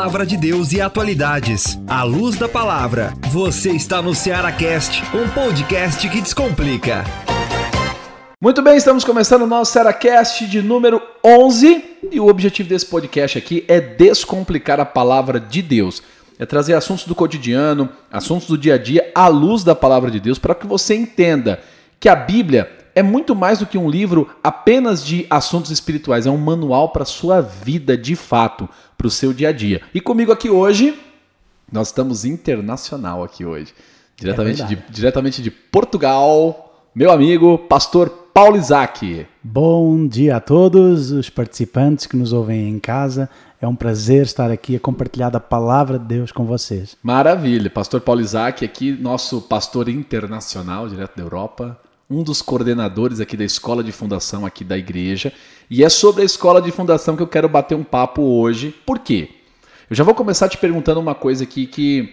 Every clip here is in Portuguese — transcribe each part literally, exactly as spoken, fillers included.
palavra de Deus e atualidades. À luz da palavra, você está no SearaCast, um podcast que descomplica. Muito bem, estamos começando o nosso SearaCast de número onze e o objetivo desse podcast aqui é descomplicar a palavra de Deus. É trazer assuntos do cotidiano, assuntos do dia a dia à luz da palavra de Deus para que você entenda que a Bíblia é muito mais do que um livro apenas de assuntos espirituais, é um manual para a sua vida de fato, para o seu dia a dia. E comigo aqui hoje, nós estamos internacional aqui hoje, diretamente, é de, diretamente de Portugal, meu amigo, pastor Paulo Isaac. Bom dia a todos os participantes que nos ouvem em casa. É um prazer estar aqui a compartilhar a palavra de Deus com vocês. Maravilha. Pastor Paulo Isaac aqui, nosso pastor internacional, direto da Europa, um dos coordenadores aqui da Escola de Fundação aqui da igreja. E é sobre a Escola de Fundação que eu quero bater um papo hoje. Por quê? Eu já vou começar te perguntando uma coisa aqui que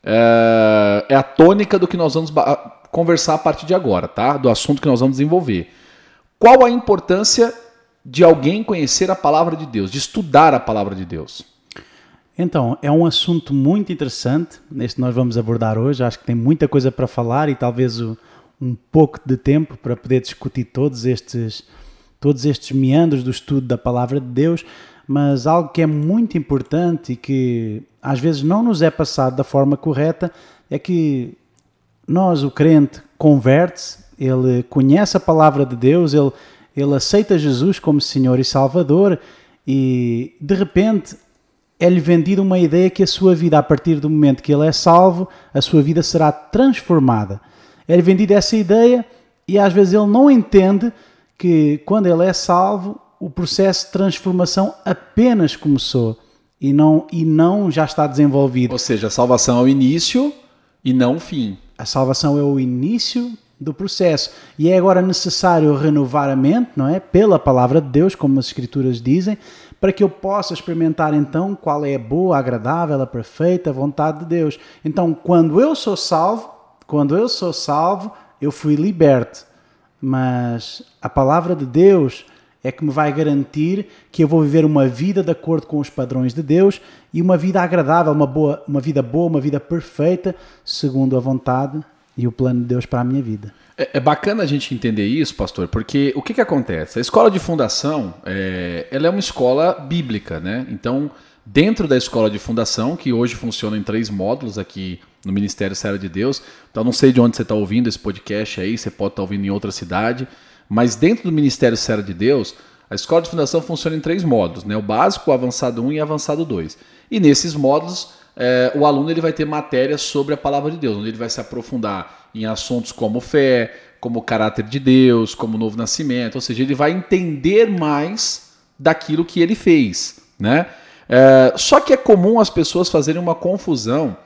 é, é a tônica do que nós vamos conversar a partir de agora, tá? Do assunto que nós vamos desenvolver. Qual a importância de alguém conhecer a palavra de Deus, de estudar a palavra de Deus? Então, é um assunto muito interessante, este nós vamos abordar hoje. Acho que tem muita coisa para falar e talvez o, um pouco de tempo para poder discutir todos estes, todos estes meandros do estudo da palavra de Deus, mas algo que é muito importante e que às vezes não nos é passado da forma correta é que nós, o crente, converte-se, ele conhece a palavra de Deus, ele Ele aceita Jesus como Senhor e Salvador e, de repente, é-lhe vendida uma ideia que a sua vida, a partir do momento que ele é salvo, a sua vida será transformada. É-lhe vendida essa ideia e, às vezes, ele não entende que, quando ele é salvo, o processo de transformação apenas começou e não, e não já está desenvolvido. Ou seja, a salvação é o início e não o fim. A salvação é o início do processo. E é agora necessário renovar a mente, não é? Pela palavra de Deus, como as Escrituras dizem, para que eu possa experimentar então qual é a boa, a agradável, a perfeita vontade de Deus. Então, quando eu sou salvo, quando eu sou salvo, eu fui liberto. Mas a palavra de Deus é que me vai garantir que eu vou viver uma vida de acordo com os padrões de Deus e uma vida agradável, uma, boa, uma vida boa, uma vida perfeita, segundo a vontade e o plano de Deus para a minha vida. É, é bacana a gente entender isso, pastor, porque o que, que acontece? A escola de fundação, é, ela é uma escola bíblica, né? Então, dentro da escola de fundação, que hoje funciona em três módulos aqui no Ministério Seara de Deus, então não sei de onde você está ouvindo esse podcast aí, você pode estar ouvindo em outra cidade, mas dentro do Ministério Seara de Deus, a escola de fundação funciona em três módulos, né? O básico, o avançado um e o avançado dois. E nesses módulos, É, o aluno ele vai ter matérias sobre a palavra de Deus, onde ele vai se aprofundar em assuntos como fé, como o caráter de Deus, como o novo nascimento, ou seja, ele vai entender mais daquilo que ele fez, né? É, só que é comum as pessoas fazerem uma confusão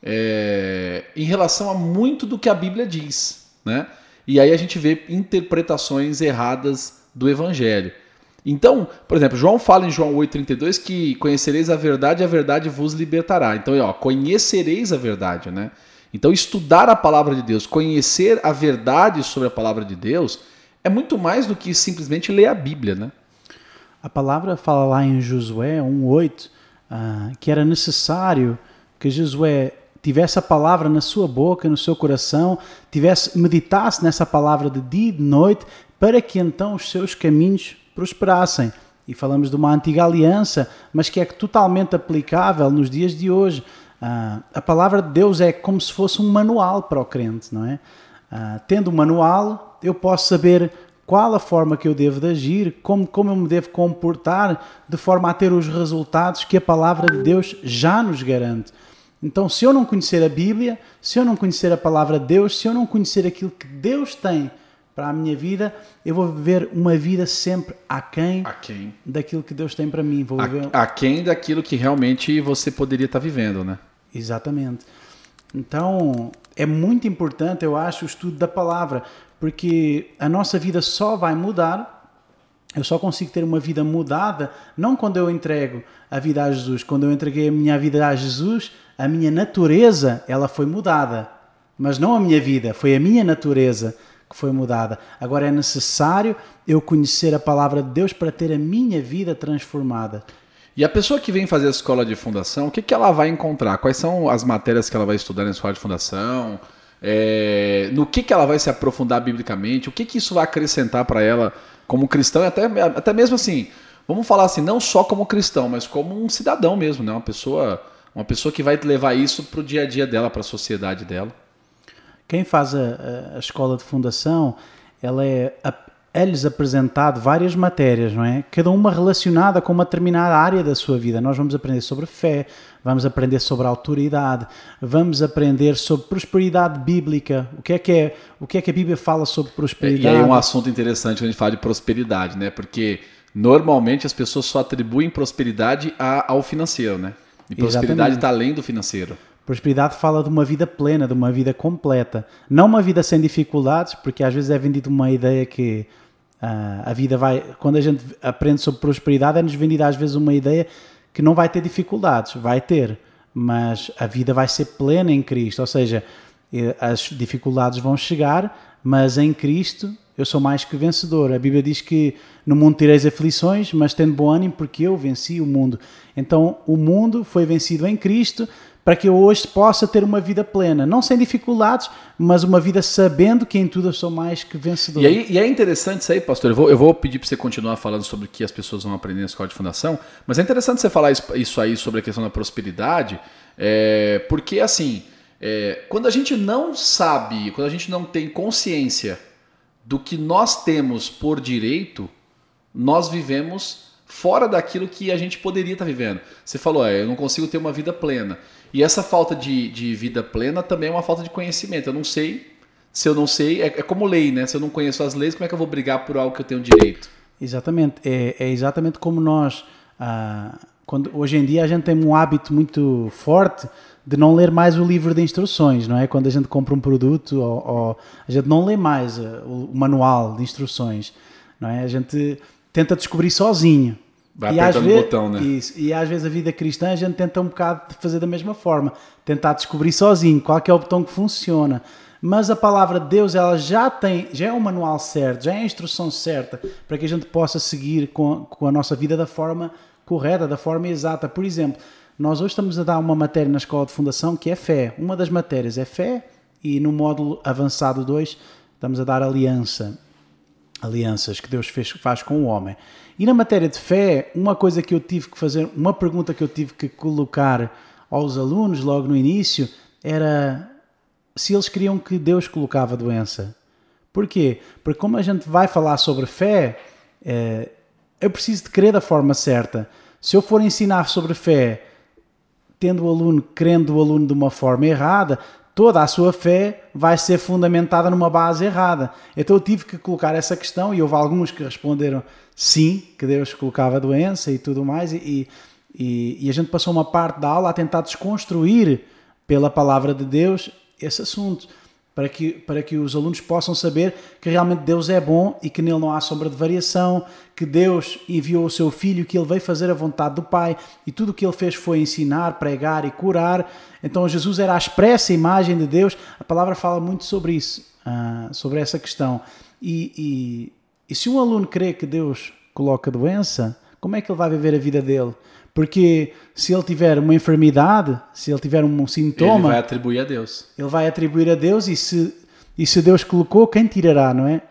é, em relação a muito do que a Bíblia diz, né? E aí a gente vê interpretações erradas do Evangelho. Então, por exemplo, João fala em João oito, trinta e dois que conhecereis a verdade e a verdade vos libertará. Então, ó, conhecereis a verdade, né? Então, estudar a palavra de Deus, conhecer a verdade sobre a palavra de Deus é muito mais do que simplesmente ler a Bíblia, né? A palavra fala lá em Josué um, oito, uh, que era necessário que Josué tivesse a palavra na sua boca, no seu coração, tivesse, meditasse nessa palavra de dia e de noite, para que então os seus caminhos prosperassem. E falamos de uma antiga aliança, mas que é totalmente aplicável nos dias de hoje. Uh, a palavra de Deus é como se fosse um manual para o crente, não é? Uh, tendo um manual, eu posso saber qual a forma que eu devo de agir, como, como eu me devo comportar, de forma a ter os resultados que a palavra de Deus já nos garante. Então, se eu não conhecer a Bíblia, se eu não conhecer a palavra de Deus, se eu não conhecer aquilo que Deus tem para a minha vida, eu vou viver uma vida sempre aquém, aquém. daquilo que Deus tem para mim. Vou viver... Aquém daquilo que realmente você poderia estar vivendo, né? Exatamente. Então, é muito importante, eu acho, o estudo da palavra, porque a nossa vida só vai mudar, eu só consigo ter uma vida mudada, não quando eu entrego a vida a Jesus. Quando eu entreguei a minha vida a Jesus, a minha natureza, ela foi mudada. Mas não a minha vida, foi a minha natureza que foi mudada. Agora é necessário eu conhecer a palavra de Deus para ter a minha vida transformada. E a pessoa que vem fazer a escola de fundação, o que, que ela vai encontrar? Quais são as matérias que ela vai estudar na escola de fundação? É, no que, que ela vai se aprofundar biblicamente? O que, que isso vai acrescentar para ela como cristão? E até, até mesmo assim, vamos falar assim, não só como cristão, mas como um cidadão mesmo, né? Uma pessoa, uma pessoa que vai levar isso para o dia a dia dela, para a sociedade dela. Quem faz a, a escola de fundação, ela é... A, é-lhes apresentado várias matérias, não é? Cada uma relacionada com uma determinada área da sua vida. Nós vamos aprender sobre fé, vamos aprender sobre autoridade, vamos aprender sobre prosperidade bíblica. O que é que, é, o que, é que a Bíblia fala sobre prosperidade? E aí é um assunto interessante quando a gente fala de prosperidade, né? Porque normalmente as pessoas só atribuem prosperidade ao financeiro, né? E prosperidade está além do financeiro. Prosperidade fala de uma vida plena, de uma vida completa. Não uma vida sem dificuldades, porque às vezes é vendida uma ideia que uh, a vida vai... Quando a gente aprende sobre prosperidade, é-nos vendida às vezes uma ideia que não vai ter dificuldades. Vai ter, mas a vida vai ser plena em Cristo. Ou seja, as dificuldades vão chegar, mas em Cristo eu sou mais que vencedor. A Bíblia diz que no mundo tereis aflições, mas tendo bom ânimo porque eu venci o mundo. Então o mundo foi vencido em Cristo, para que eu hoje possa ter uma vida plena, não sem dificuldades, mas uma vida sabendo que em tudo eu sou mais que vencedor. E, aí, e é interessante isso aí, pastor, eu vou, eu vou pedir para você continuar falando sobre o que as pessoas vão aprender na escola de fundação, mas é interessante você falar isso aí sobre a questão da prosperidade, é, porque assim, é, quando a gente não sabe, quando a gente não tem consciência do que nós temos por direito, nós vivemos fora daquilo que a gente poderia estar vivendo. Você falou, é, eu não consigo ter uma vida plena. E essa falta de, de vida plena também é uma falta de conhecimento. Eu não sei, se eu não sei, é, é como lei, né? Se eu não conheço as leis, como é que eu vou brigar por algo que eu tenho direito? Exatamente. É, é exatamente como nós, ah, quando, hoje em dia a gente tem um hábito muito forte de não ler mais o livro de instruções, não é? Quando a gente compra um produto, ou, ou, a gente não lê mais o, o manual de instruções, não é? A gente tenta descobrir sozinho. Vai e apertando às vezes, o botão, né? Isso, e às vezes a vida cristã a gente tenta um bocado fazer da mesma forma, tentar descobrir sozinho qual é o botão que funciona. Mas a palavra de Deus, ela já tem, já é o manual certo, já é a instrução certa para que a gente possa seguir com, com a nossa vida da forma correta, da forma exata. Por exemplo, nós hoje estamos a dar uma matéria na escola de fundação que é fé. Uma das matérias é fé e no módulo avançado dois estamos a dar aliança. Alianças que Deus fez, faz com o homem. E na matéria de fé, uma coisa que eu tive que fazer, uma pergunta que eu tive que colocar aos alunos logo no início era se eles queriam que Deus colocava a doença. Porquê? Porque como a gente vai falar sobre fé, é, eu preciso de crer da forma certa. Se eu for ensinar sobre fé, tendo o aluno, crendo o aluno de uma forma errada, toda a sua fé vai ser fundamentada numa base errada. Então eu tive que colocar essa questão e houve alguns que responderam sim, que Deus colocava a doença e tudo mais, e, e, e a gente passou uma parte da aula a tentar desconstruir pela palavra de Deus esse assunto, para que, para que os alunos possam saber que realmente Deus é bom e que nele não há sombra de variação, que Deus enviou o seu Filho, que ele veio fazer a vontade do Pai e tudo o que ele fez foi ensinar, pregar e curar. Então Jesus era a expressa imagem de Deus. A palavra fala muito sobre isso, uh, sobre essa questão. E, e, e se um aluno crê que Deus coloca doença, como é que ele vai viver a vida dele? Porque se ele tiver uma enfermidade, se ele tiver um sintoma... Ele vai atribuir a Deus. Ele vai atribuir a Deus e se, e se Deus colocou, quem tirará, não é?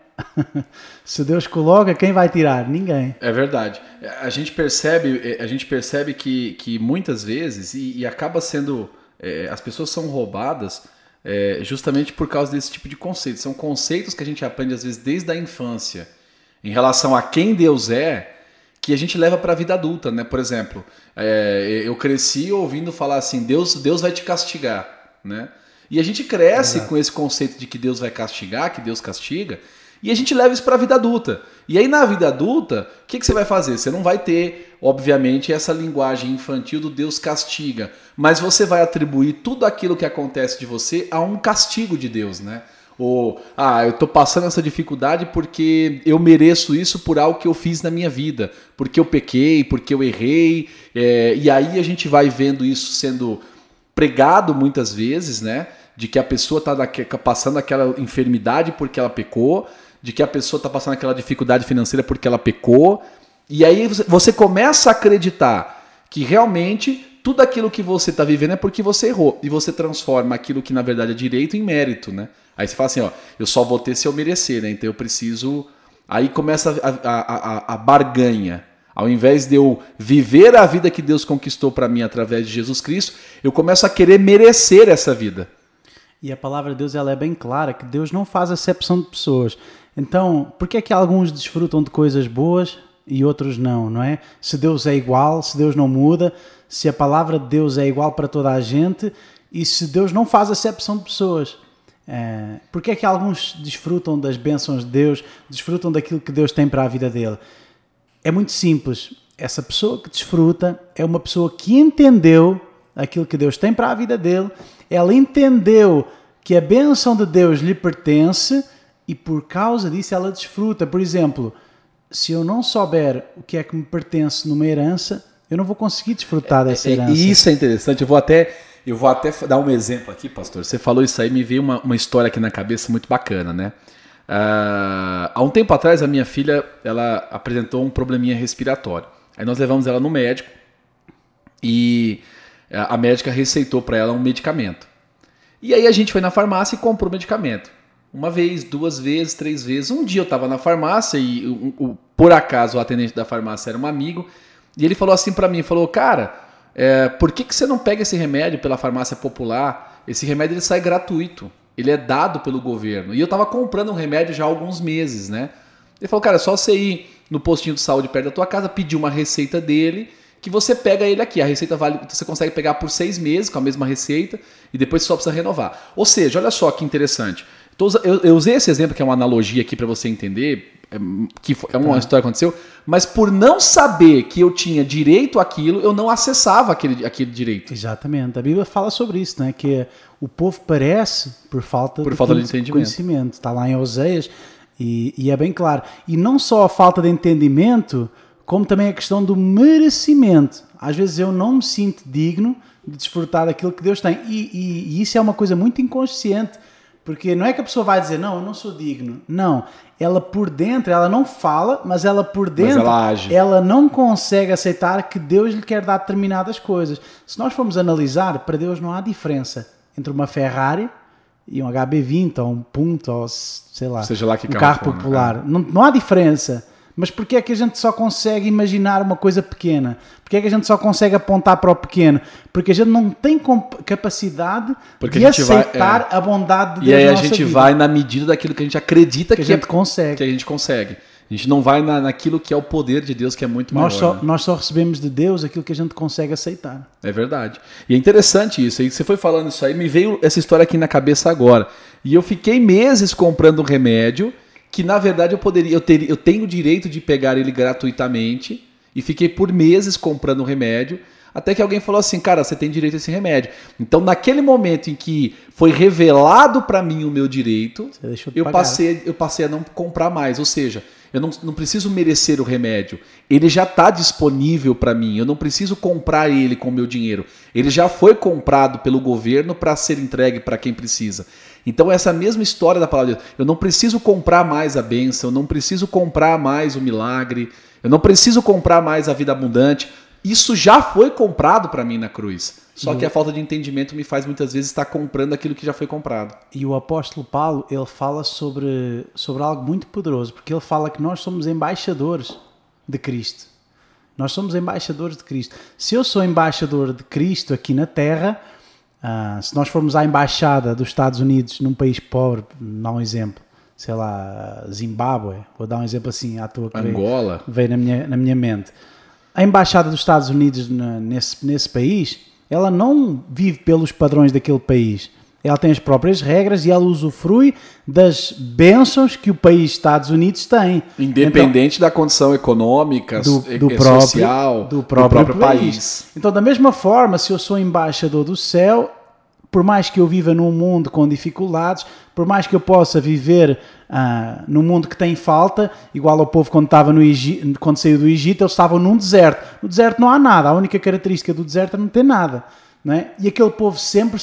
Se Deus coloca, quem vai tirar? Ninguém. É verdade. A gente percebe, a gente percebe que, que muitas vezes, e, e acaba sendo... É, as pessoas são roubadas é, justamente por causa desse tipo de conceito. São conceitos que a gente aprende às vezes desde a infância em relação a quem Deus é, que a gente leva para a vida adulta, né? Por exemplo, é, eu cresci ouvindo falar assim, Deus, Deus vai te castigar, né? E a gente cresce Exato. Com esse conceito de que Deus vai castigar, que Deus castiga, e a gente leva isso para a vida adulta. E aí na vida adulta, o que, que você vai fazer? Você não vai ter, obviamente, essa linguagem infantil do Deus castiga, mas você vai atribuir tudo aquilo que acontece de você a um castigo de Deus, né? Ou, ah, eu estou passando essa dificuldade porque eu mereço isso por algo que eu fiz na minha vida, porque eu pequei, porque eu errei, é, e aí a gente vai vendo isso sendo pregado muitas vezes, né? De que a pessoa está passando aquela enfermidade porque ela pecou, de que a pessoa está passando aquela dificuldade financeira porque ela pecou, e aí você começa a acreditar que realmente tudo aquilo que você está vivendo é porque você errou. E você transforma aquilo que na verdade é direito em mérito, né? Aí você fala assim, ó, eu só vou ter se eu merecer, né? Então eu preciso... Aí começa a, a, a, a barganha. Ao invés de eu viver a vida que Deus conquistou para mim através de Jesus Cristo, eu começo a querer merecer essa vida. E a palavra de Deus ela é bem clara, que Deus não faz acepção de pessoas. Então, por que é que alguns desfrutam de coisas boas e outros não, não é? Se Deus é igual, se Deus não muda, se a palavra de Deus é igual para toda a gente e se Deus não faz acepção de pessoas. É, por que é que alguns desfrutam das bênçãos de Deus, desfrutam daquilo que Deus tem para a vida dele? É muito simples. Essa pessoa que desfruta é uma pessoa que entendeu aquilo que Deus tem para a vida dele, ela entendeu que a bênção de Deus lhe pertence e por causa disso ela desfruta. Por exemplo, se eu não souber o que é que me pertence numa herança, eu não vou conseguir desfrutar dessa herança. E isso é interessante. Eu vou até, eu vou até dar um exemplo aqui, pastor. Você falou isso aí, me veio uma, uma história aqui na cabeça muito bacana, né? Uh, há um tempo atrás, a minha filha ela apresentou um probleminha respiratório. Aí nós levamos ela no médico e a médica receitou para ela um medicamento. E aí a gente foi na farmácia e comprou o medicamento. Uma vez, duas vezes, três vezes. Um dia eu estava na farmácia e o, o, por acaso o atendente da farmácia era um amigo e ele falou assim para mim, falou, cara, é, por que, que você não pega esse remédio pela farmácia popular? Esse remédio ele sai gratuito. Ele é dado pelo governo. E eu estava comprando um remédio já há alguns meses, né? Ele falou, cara, é só você ir no postinho de saúde perto da tua casa, pedir uma receita dele, que você pega ele aqui. A receita vale, você consegue pegar por seis meses com a mesma receita e depois só precisa renovar. Ou seja, olha só que interessante. Eu, eu usei esse exemplo, que é uma analogia aqui para você entender, que é uma história que aconteceu, mas por não saber que eu tinha direito àquilo, eu não acessava aquele, aquele direito. Exatamente. A Bíblia fala sobre isso, né? Que o povo perece por falta, por de, falta de entendimento. conhecimento. Está lá em Oseias e, e é bem claro. E não só a falta de entendimento, como também a questão do merecimento. Às vezes eu não me sinto digno de desfrutar daquilo que Deus tem. E, e, e isso é uma coisa muito inconsciente. Porque não é que a pessoa vai dizer, não, eu não sou digno. Não, ela por dentro, ela não fala, mas ela por dentro, ela age. Ela não consegue aceitar que Deus lhe quer dar determinadas coisas. Se nós formos analisar, para Deus não há diferença entre uma Ferrari e um H B vinte, ou um Punto, ou sei lá, Seja lá que um carro carro for, popular. né? Não, não há diferença. Mas porquê é que a gente só consegue imaginar uma coisa pequena? Porquê é que a gente só consegue apontar para o pequeno? Porque a gente não tem capacidade Porque de a gente aceitar vai, é. a bondade de Deus. Deus. E aí na a nossa gente vida. vai na medida daquilo que a gente acredita que, que, a gente é, consegue. que a gente consegue. A gente não vai na, naquilo que é o poder de Deus, que é muito Nós maior. só, né? nós só recebemos de Deus aquilo que a gente consegue aceitar. É verdade. E é interessante isso. Aí você foi falando isso aí, me veio essa história aqui na cabeça agora. E eu fiquei meses comprando um remédio que na verdade eu poderia, eu, ter, eu tenho o direito de pegar ele gratuitamente e fiquei por meses comprando o remédio, até que alguém falou assim, cara, você tem direito a esse remédio. Então naquele momento em que foi revelado para mim o meu direito, eu passei, eu passei a não comprar mais, ou seja, eu não, não preciso merecer o remédio, ele já está disponível para mim, eu não preciso comprar ele com o meu dinheiro, ele já foi comprado pelo governo para ser entregue para quem precisa. Então essa mesma história da palavra de Deus, eu não preciso comprar mais a bênção, eu não preciso comprar mais o milagre, eu não preciso comprar mais a vida abundante, isso já foi comprado para mim na cruz. Só que a falta de entendimento me faz muitas vezes estar comprando aquilo que já foi comprado. E o apóstolo Paulo, ele fala sobre, sobre algo muito poderoso, porque ele fala que nós somos embaixadores de Cristo. Nós somos embaixadores de Cristo. Se eu sou embaixador de Cristo aqui na Terra, uh, se nós formos à embaixada dos Estados Unidos num país pobre, dá um exemplo, sei lá, Zimbábue, vou dar um exemplo assim à toa que Angola. veio, veio na, minha, na minha mente. A embaixada dos Estados Unidos na, nesse, nesse país, ela não vive pelos padrões daquele país. Ela tem as próprias regras e ela usufrui das bênçãos que o país Estados Unidos tem. Independente então, da condição econômica, do, do e, próprio, social, do próprio, do próprio país. país. Então, da mesma forma, se eu sou embaixador do céu, por mais que eu viva num mundo com dificuldades, por mais que eu possa viver ah, num mundo que tem falta, igual ao povo quando, estava no Egito, quando saiu do Egito, eles estavam num deserto. No deserto não há nada, a única característica do deserto é não ter nada. Não é? E aquele povo sempre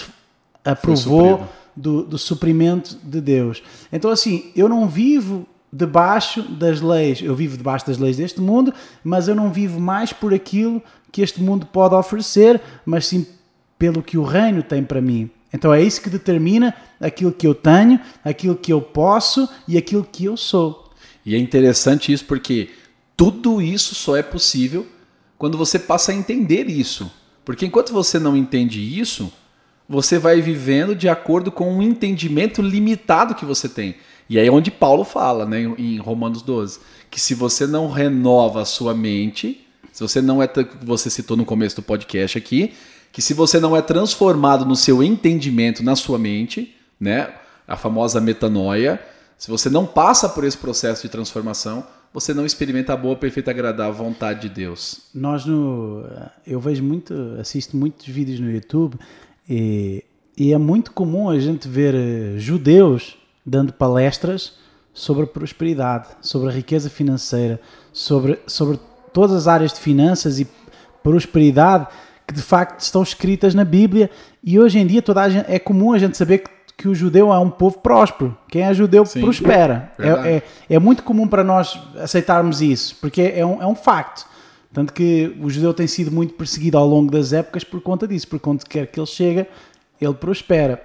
aprovou do, do suprimento de Deus. Então assim, eu não vivo debaixo das leis, eu vivo debaixo das leis deste mundo, mas eu não vivo mais por aquilo que este mundo pode oferecer, mas sim pelo que o reino tem para mim. Então é isso que determina aquilo que eu tenho, aquilo que eu posso e aquilo que eu sou. E é interessante isso porque tudo isso só é possível quando você passa a entender isso. Porque enquanto você não entende isso, você vai vivendo de acordo com um entendimento limitado que você tem. E aí é onde Paulo fala, né, em Romanos doze, que se você não renova a sua mente, se você não é, você citou no começo do podcast aqui, que se você não é transformado no seu entendimento, na sua mente, né, a famosa metanoia, se você não passa por esse processo de transformação, você não experimenta a boa, perfeita, agradável vontade de Deus. Nós no, eu vejo muito, assisto muitos vídeos no YouTube e, e é muito comum a gente ver uh, judeus dando palestras sobre a prosperidade, sobre a riqueza financeira, sobre, sobre todas as áreas de finanças e prosperidade que de facto estão escritas na Bíblia, e hoje em dia toda a gente, é comum a gente saber que, que o judeu é um povo próspero. Quem é judeu Sim, prospera. É, é, é muito comum para nós aceitarmos isso, porque é um, é um facto. Tanto que o judeu tem sido muito perseguido ao longo das épocas por conta disso, por conta que quer que ele chega, ele prospera.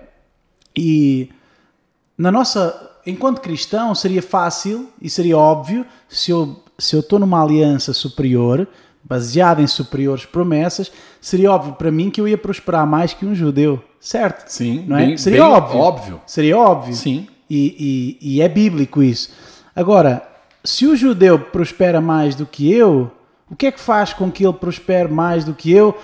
E na nossa, enquanto cristão, seria fácil e seria óbvio, se eu se eu estou numa aliança superior, baseada em superiores promessas, seria óbvio para mim que eu ia prosperar mais que um judeu, certo? Sim, não é? bem, seria bem óbvio. óbvio. Seria óbvio. Sim. E, e, e é bíblico isso. Agora, se o judeu prospera mais do que eu, o que é que faz com que ele prospere mais do que eu,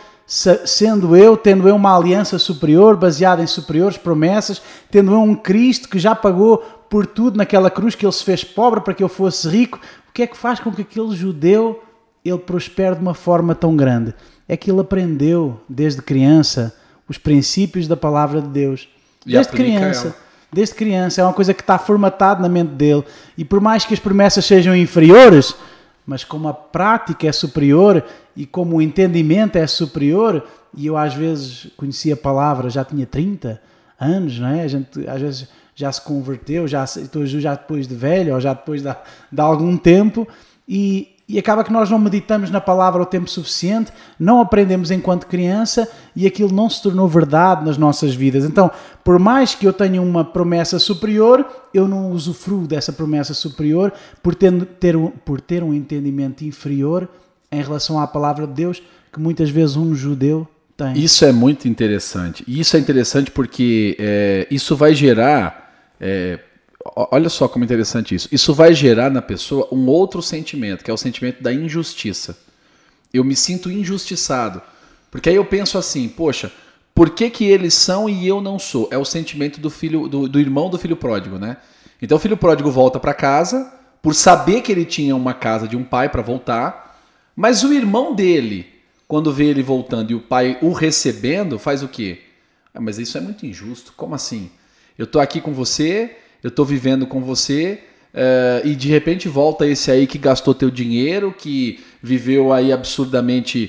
sendo eu, tendo eu uma aliança superior, baseada em superiores promessas, tendo eu um Cristo que já pagou por tudo naquela cruz, que ele se fez pobre para que eu fosse rico? O que é que faz com que aquele judeu ele prospere de uma forma tão grande? É que ele aprendeu desde criança os princípios da palavra de Deus. E desde criança. Ela. Desde criança. É uma coisa que está formatada na mente dele. E por mais que as promessas sejam inferiores, mas como a prática é superior e como o entendimento é superior, e eu às vezes conhecia a palavra, já tinha trinta anos, não é? A gente às vezes já se converteu, já, já depois de velho, ou já depois de, de algum tempo, e, e acaba que nós não meditamos na palavra o tempo suficiente, não aprendemos enquanto criança, e aquilo não se tornou verdade nas nossas vidas. Então, por mais que eu tenha uma promessa superior, eu não usufruo dessa promessa superior por ter, ter, um, por ter um entendimento inferior em relação à palavra de Deus, que muitas vezes um judeu tem. Isso é muito interessante. E isso é interessante porque é, isso vai gerar... É, olha só como é interessante isso. Isso vai gerar na pessoa um outro sentimento, que é o sentimento da injustiça. Eu me sinto injustiçado. Porque aí eu penso assim, poxa, por que que eles são e eu não sou? É o sentimento do filho, do, do irmão do filho pródigo, né? Então o filho pródigo volta para casa, por saber que ele tinha uma casa de um pai para voltar, mas o irmão dele, quando vê ele voltando e o pai o recebendo, faz o quê? Ah, mas isso é muito injusto. Como assim? Eu estou aqui com você, eu estou vivendo com você, uh, e de repente volta esse aí que gastou teu dinheiro, que viveu aí absurdamente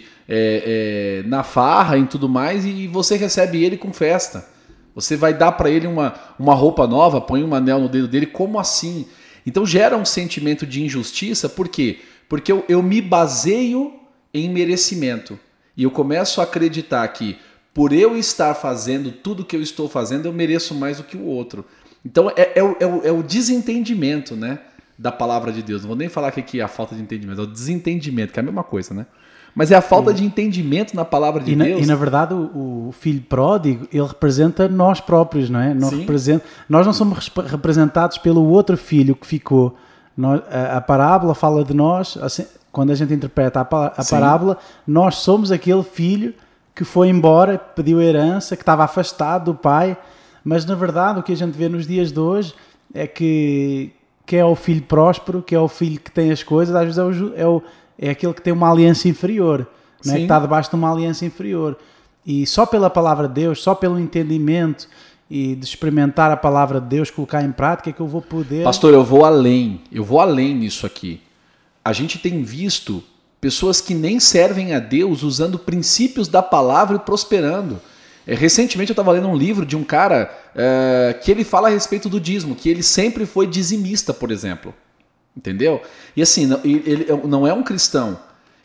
é, é, na farra e tudo mais, e você recebe ele com festa. Você vai dar para ele uma, uma roupa nova, põe um anel no dedo dele, como assim? Então gera um sentimento de injustiça, por quê? Porque eu, eu me baseio em merecimento. E eu começo a acreditar que por eu estar fazendo tudo que eu estou fazendo, eu mereço mais do que o outro. Então é, é, o, é, o, é o desentendimento, né, da palavra de Deus. Não vou nem falar que aqui é a falta de entendimento, é o desentendimento, que é a mesma coisa, né? Mas é a falta de entendimento na palavra de e Deus. Na, e na verdade o, o filho pródigo, ele representa nós próprios, não é? Nós, representa, nós não somos representados pelo outro filho que ficou. Nós, a, a parábola fala de nós, assim, quando a gente interpreta a, a parábola, nós somos aquele filho que foi embora, pediu herança, que estava afastado do pai, mas na verdade o que a gente vê nos dias de hoje é que, que é o filho próspero, que é o filho que tem as coisas, às vezes é, o, é, o, é aquele que tem uma aliança inferior, né? Que está debaixo de uma aliança inferior. E só pela palavra de Deus, só pelo entendimento e de experimentar a palavra de Deus, colocar em prática, é que eu vou poder... Pastor, eu vou além, eu vou além nisso aqui. A gente tem visto pessoas que nem servem a Deus usando princípios da palavra e prosperando. É, recentemente eu estava lendo um livro de um cara é, que ele fala a respeito do dízimo, que ele sempre foi dizimista, por exemplo. Entendeu? E assim, não, ele não é um cristão.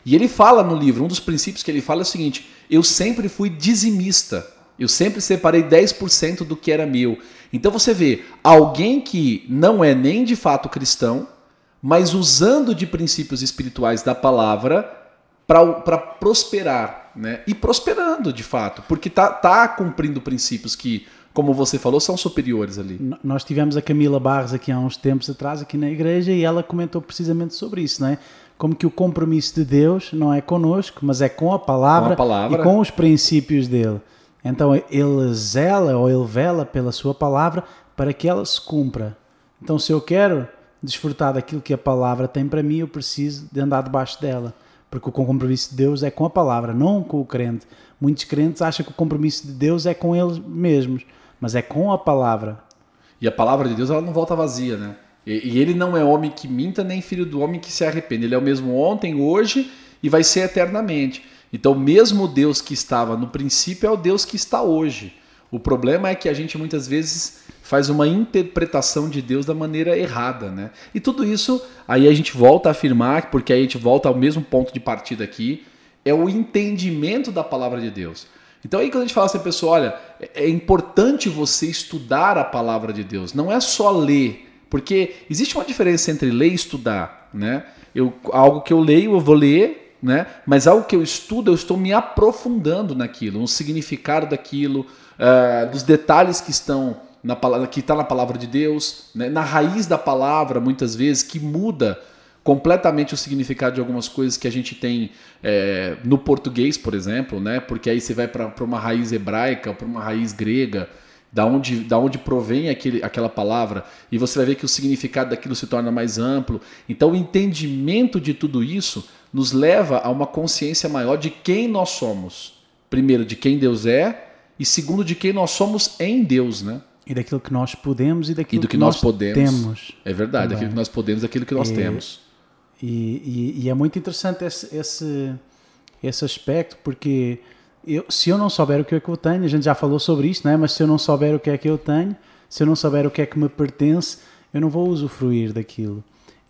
E ele fala no livro, um dos princípios que ele fala é o seguinte: eu sempre fui dizimista, eu sempre separei dez por cento do que era meu. Então você vê, alguém que não é nem de fato cristão, mas usando de princípios espirituais da palavra para prosperar, né? E prosperando de fato, porque tá, tá cumprindo princípios que, como você falou, são superiores ali. Nós tivemos a Camila Barros aqui há uns tempos atrás, aqui na igreja, e ela comentou precisamente sobre isso, não é? Como que o compromisso de Deus não é connosco, mas é com a palavra, com a palavra e com os princípios dele. Então ele zela ou ele vela pela sua palavra para que ela se cumpra. Então se eu quero desfrutar daquilo que a palavra tem para mim, eu preciso de andar debaixo dela. Porque o compromisso de Deus é com a palavra, não com o crente. Muitos crentes acham que o compromisso de Deus é com eles mesmos, mas é com a palavra. E a palavra de Deus, ela não volta vazia, né? E, e ele não é homem que minta, nem filho do homem que se arrepende. Ele é o mesmo ontem, hoje e vai ser eternamente. Então, mesmo o Deus que estava no princípio é o Deus que está hoje. O problema é que a gente muitas vezes faz uma interpretação de Deus da maneira errada, né? E tudo isso, aí a gente volta a afirmar, porque aí a gente volta ao mesmo ponto de partida aqui, é o entendimento da palavra de Deus. Então aí quando a gente fala assim, pessoal, olha, é importante você estudar a palavra de Deus, não é só ler, porque existe uma diferença entre ler e estudar, né? Eu, algo que eu leio, eu vou ler, né? Mas algo que eu estudo, eu estou me aprofundando naquilo, no significado daquilo, uh, dos detalhes que estão na palavra, que está na palavra de Deus, né? Na raiz da palavra, muitas vezes, que muda completamente o significado de algumas coisas que a gente tem é, no português, por exemplo, né? Porque aí você vai para uma raiz hebraica, para uma raiz grega, da onde, da onde provém aquele, aquela palavra, e você vai ver que o significado daquilo se torna mais amplo. Então o entendimento de tudo isso nos leva a uma consciência maior de quem nós somos. Primeiro, de quem Deus é, e segundo, de quem nós somos em Deus, né? E daquilo que nós podemos e daquilo e do que, que nós, nós podemos. temos. É verdade, também. Daquilo que nós podemos e daquilo que nós e, temos. E, e, e é muito interessante esse, esse, esse aspecto, porque eu, se eu não souber o que é que eu tenho, a gente já falou sobre isso, não é? Mas se eu não souber o que é que eu tenho, se eu não souber o que é que me pertence, eu não vou usufruir daquilo.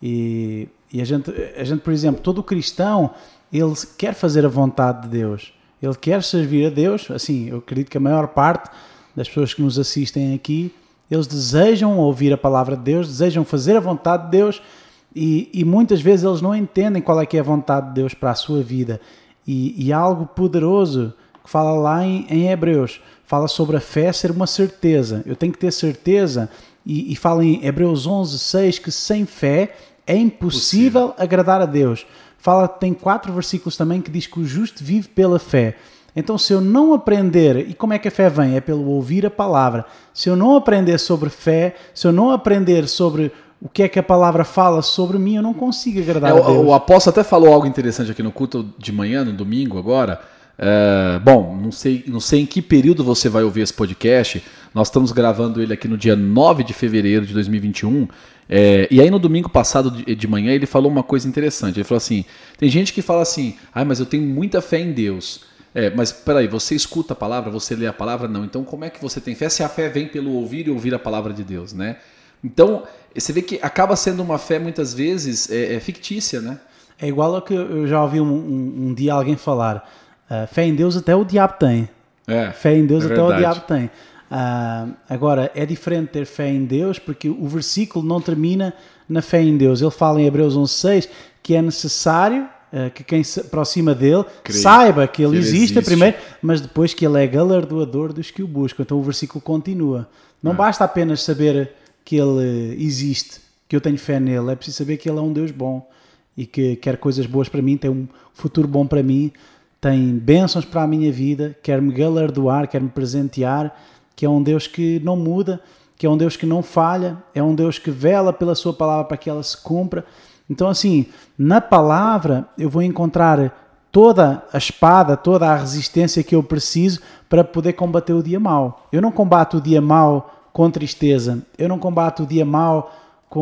E, e a, gente, a gente, por exemplo, todo cristão, ele quer fazer a vontade de Deus. Ele quer servir a Deus. Assim, eu acredito que a maior parte das pessoas que nos assistem aqui, eles desejam ouvir a palavra de Deus, desejam fazer a vontade de Deus, e, e muitas vezes eles não entendem qual é que é a vontade de Deus para a sua vida. E, e há algo poderoso que fala lá em, em Hebreus, fala sobre a fé ser uma certeza. Eu tenho que ter certeza, e, e fala em Hebreus onze, seis, que sem fé é impossível Possível. agradar a Deus. Fala, tem quatro versículos também que diz que o justo vive pela fé. Então, se eu não aprender, e como é que a fé vem? É pelo ouvir a palavra. Se eu não aprender sobre fé, se eu não aprender sobre o que é que a palavra fala sobre mim, eu não consigo agradar é, a Deus. O, o apóstolo até falou algo interessante aqui no culto de manhã, no domingo agora. É, bom, não sei, não sei em que período você vai ouvir esse podcast. Nós estamos gravando ele aqui no dia nove de fevereiro de dois mil e vinte e um. É, e aí no domingo passado de, de manhã ele falou uma coisa interessante. Ele falou assim, tem gente que fala assim, ah, mas eu tenho muita fé em Deus. É, mas peraí, você escuta a palavra, você lê a palavra? Não. Então como é que você tem fé se a fé vem pelo ouvir e ouvir a palavra de Deus, né? Então você vê que acaba sendo uma fé muitas vezes é, é fictícia, né? É igual ao que eu já ouvi um, um, um dia alguém falar, uh, fé em Deus até o diabo tem. É, fé em Deus é até verdade. o diabo tem. Uh, agora, é diferente ter fé em Deus, porque o versículo não termina na fé em Deus. Ele fala em Hebreus onze, seis que é necessário uh, que quem se aproxima dele Creio saiba que ele, que ele existe, existe primeiro, mas depois que ele é galardoador dos que o buscam. Então o versículo continua. Não é. basta apenas saber que ele existe, que eu tenho fé nele, é preciso saber que ele é um Deus bom e que quer coisas boas para mim, tem um futuro bom para mim, tem bênçãos para a minha vida, quer me galardoar, quer me presentear, que é um Deus que não muda, que é um Deus que não falha, é um Deus que vela pela sua palavra para que ela se cumpra. Então assim, na palavra eu vou encontrar toda a espada, toda a resistência que eu preciso para poder combater o dia mau. Eu não combato o dia mau com tristeza, eu não combato o dia mau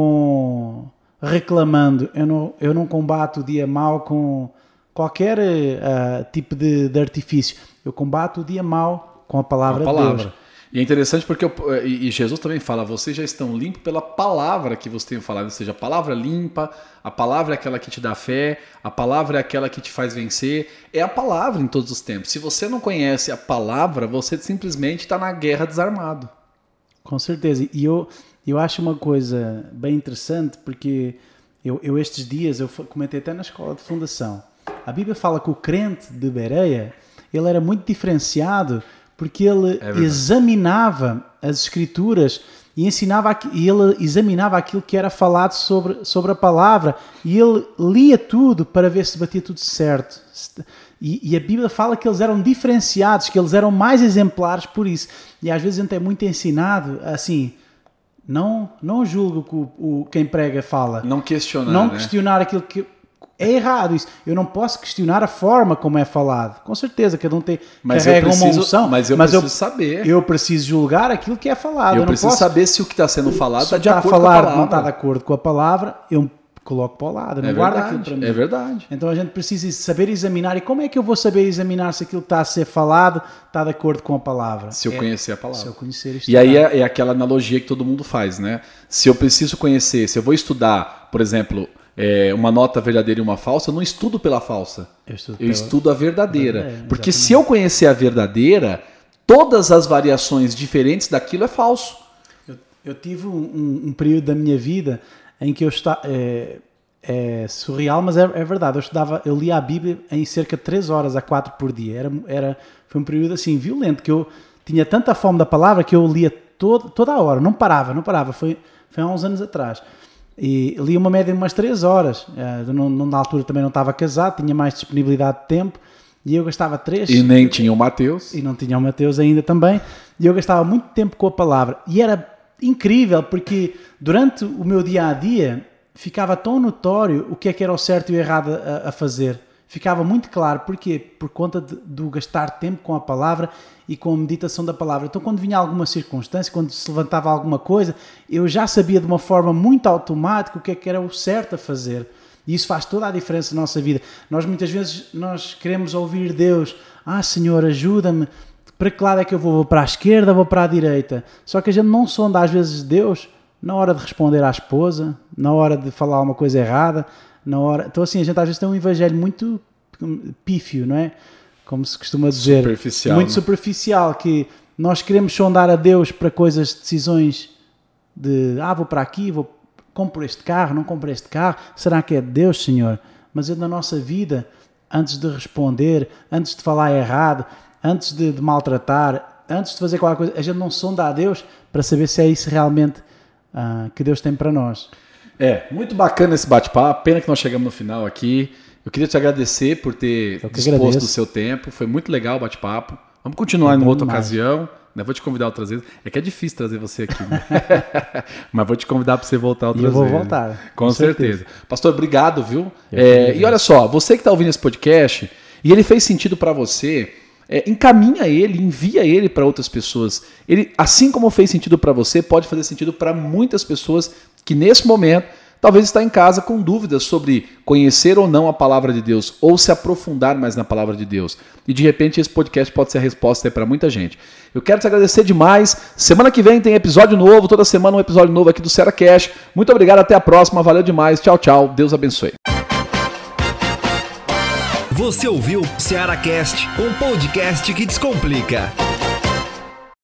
com reclamando, eu não, eu não combato o dia mau com qualquer uh, tipo de, de artifício. Eu combato o dia mau com a palavra, a palavra. de Deus. E é interessante porque eu, e Jesus também fala, vocês já estão limpos pela palavra que vocês têm falado, ou seja, a palavra limpa, a palavra é aquela que te dá fé, a palavra é aquela que te faz vencer, é a palavra em todos os tempos. Se você não conhece a palavra, você simplesmente está na guerra desarmado. Com certeza, e eu, eu acho uma coisa bem interessante, porque eu, eu estes dias, eu comentei até na escola de fundação, a Bíblia fala que o crente de Bereia, ele era muito diferenciado, porque ele é examinava as escrituras e ensinava, e ele examinava aquilo que era falado sobre, sobre a palavra e ele lia tudo para ver se batia tudo certo. E, e a Bíblia fala que eles eram diferenciados, que eles eram mais exemplares por isso. E às vezes a gente é muito ensinado assim, não, não julgo que o, o, quem prega fala. Não questionar, Não né? questionar aquilo que... É errado isso. Eu não posso questionar a forma como é falado. Com certeza, cada um tem, mas carrega eu preciso, uma unção. Mas eu mas preciso eu, saber. Eu preciso julgar aquilo que é falado. Eu, eu preciso não posso, saber se o que está sendo falado está de tá acordo falar, com a palavra. não está de acordo com a palavra, eu coloco para o lado. Eu não é guardo verdade, aquilo para mim. É verdade. Então a gente precisa saber examinar. E como é que eu vou saber examinar se aquilo que está a ser falado está de acordo com a palavra? Se eu é, conhecer a palavra. Se eu conhecer e aí é, é aquela analogia que todo mundo faz, né? Se eu preciso conhecer, se eu vou estudar, por exemplo... É, uma nota verdadeira e uma falsa, eu não estudo pela falsa. Eu estudo, eu pela... estudo a verdadeira. verdadeira porque exatamente. Se eu conhecer a verdadeira, todas as variações diferentes daquilo é falso. Eu, eu tive um, um, um período da minha vida em que eu estava... É, é surreal, mas é, é verdade. Eu estudava, eu lia a Bíblia em cerca de três horas a quatro por dia. Era, era, foi um período assim violento, que eu tinha tanta fome da palavra que eu lia todo, toda a hora. Não parava, não parava. Foi, foi há uns anos atrás. E li uma média de umas três horas. Eu, não, não, na altura também não estava casado, tinha mais disponibilidade de tempo e eu gastava três... E nem tinha o Mateus. E não tinha o Mateus ainda também. E eu gastava muito tempo com a palavra. E era incrível porque durante o meu dia-a-dia ficava tão notório o que é que era o certo e o errado a, a fazer. Ficava muito claro. Porquê? Por conta de, de gastar tempo com a palavra e com a meditação da palavra. Então, quando vinha alguma circunstância, quando se levantava alguma coisa, eu já sabia de uma forma muito automática o que é que era o certo a fazer. E isso faz toda a diferença na nossa vida. Nós, muitas vezes, nós queremos ouvir Deus. Ah, Senhor, ajuda-me. Para que lado é que eu vou? Vou para a esquerda ou vou para a direita? Só que a gente não sonda, às vezes, Deus na hora de responder à esposa, na hora de falar uma coisa errada, na hora... Então, assim, a gente às vezes tem um evangelho muito pífio, não é? Como se costuma dizer, superficial, muito né? superficial, que nós queremos sondar a Deus para coisas, decisões de, ah, vou para aqui, vou, compro este carro, não compro este carro, será que é de Deus, Senhor? Mas eu, na nossa vida, antes de responder, antes de falar errado, antes de, de maltratar, antes de fazer qualquer coisa, a gente não sonda a Deus para saber se é isso realmente uh, que Deus tem para nós. É, muito bacana esse bate-papo, pena que nós chegamos no final aqui. Eu queria te agradecer por ter disposto do seu tempo. Foi muito legal o bate-papo. Vamos continuar em outra demais. ocasião. Né? Vou te convidar outras vezes. É que é difícil trazer você aqui. Né? Mas vou te convidar para você voltar outras vezes. Eu vou voltar. Com, com certeza. certeza. Pastor, obrigado, viu? É, e olha só, você que está ouvindo esse podcast e ele fez sentido para você, é, encaminha ele, envia ele para outras pessoas. Ele, assim como fez sentido para você, pode fazer sentido para muitas pessoas que nesse momento talvez está em casa com dúvidas sobre conhecer ou não a palavra de Deus, ou se aprofundar mais na palavra de Deus. E de repente esse podcast pode ser a resposta para muita gente. Eu quero te agradecer demais. Semana que vem tem episódio novo, toda semana um episódio novo aqui do SeraCast. Muito obrigado, até a próxima, valeu demais. Tchau, tchau, Deus abençoe. Você ouviu SeraCast, um podcast que descomplica.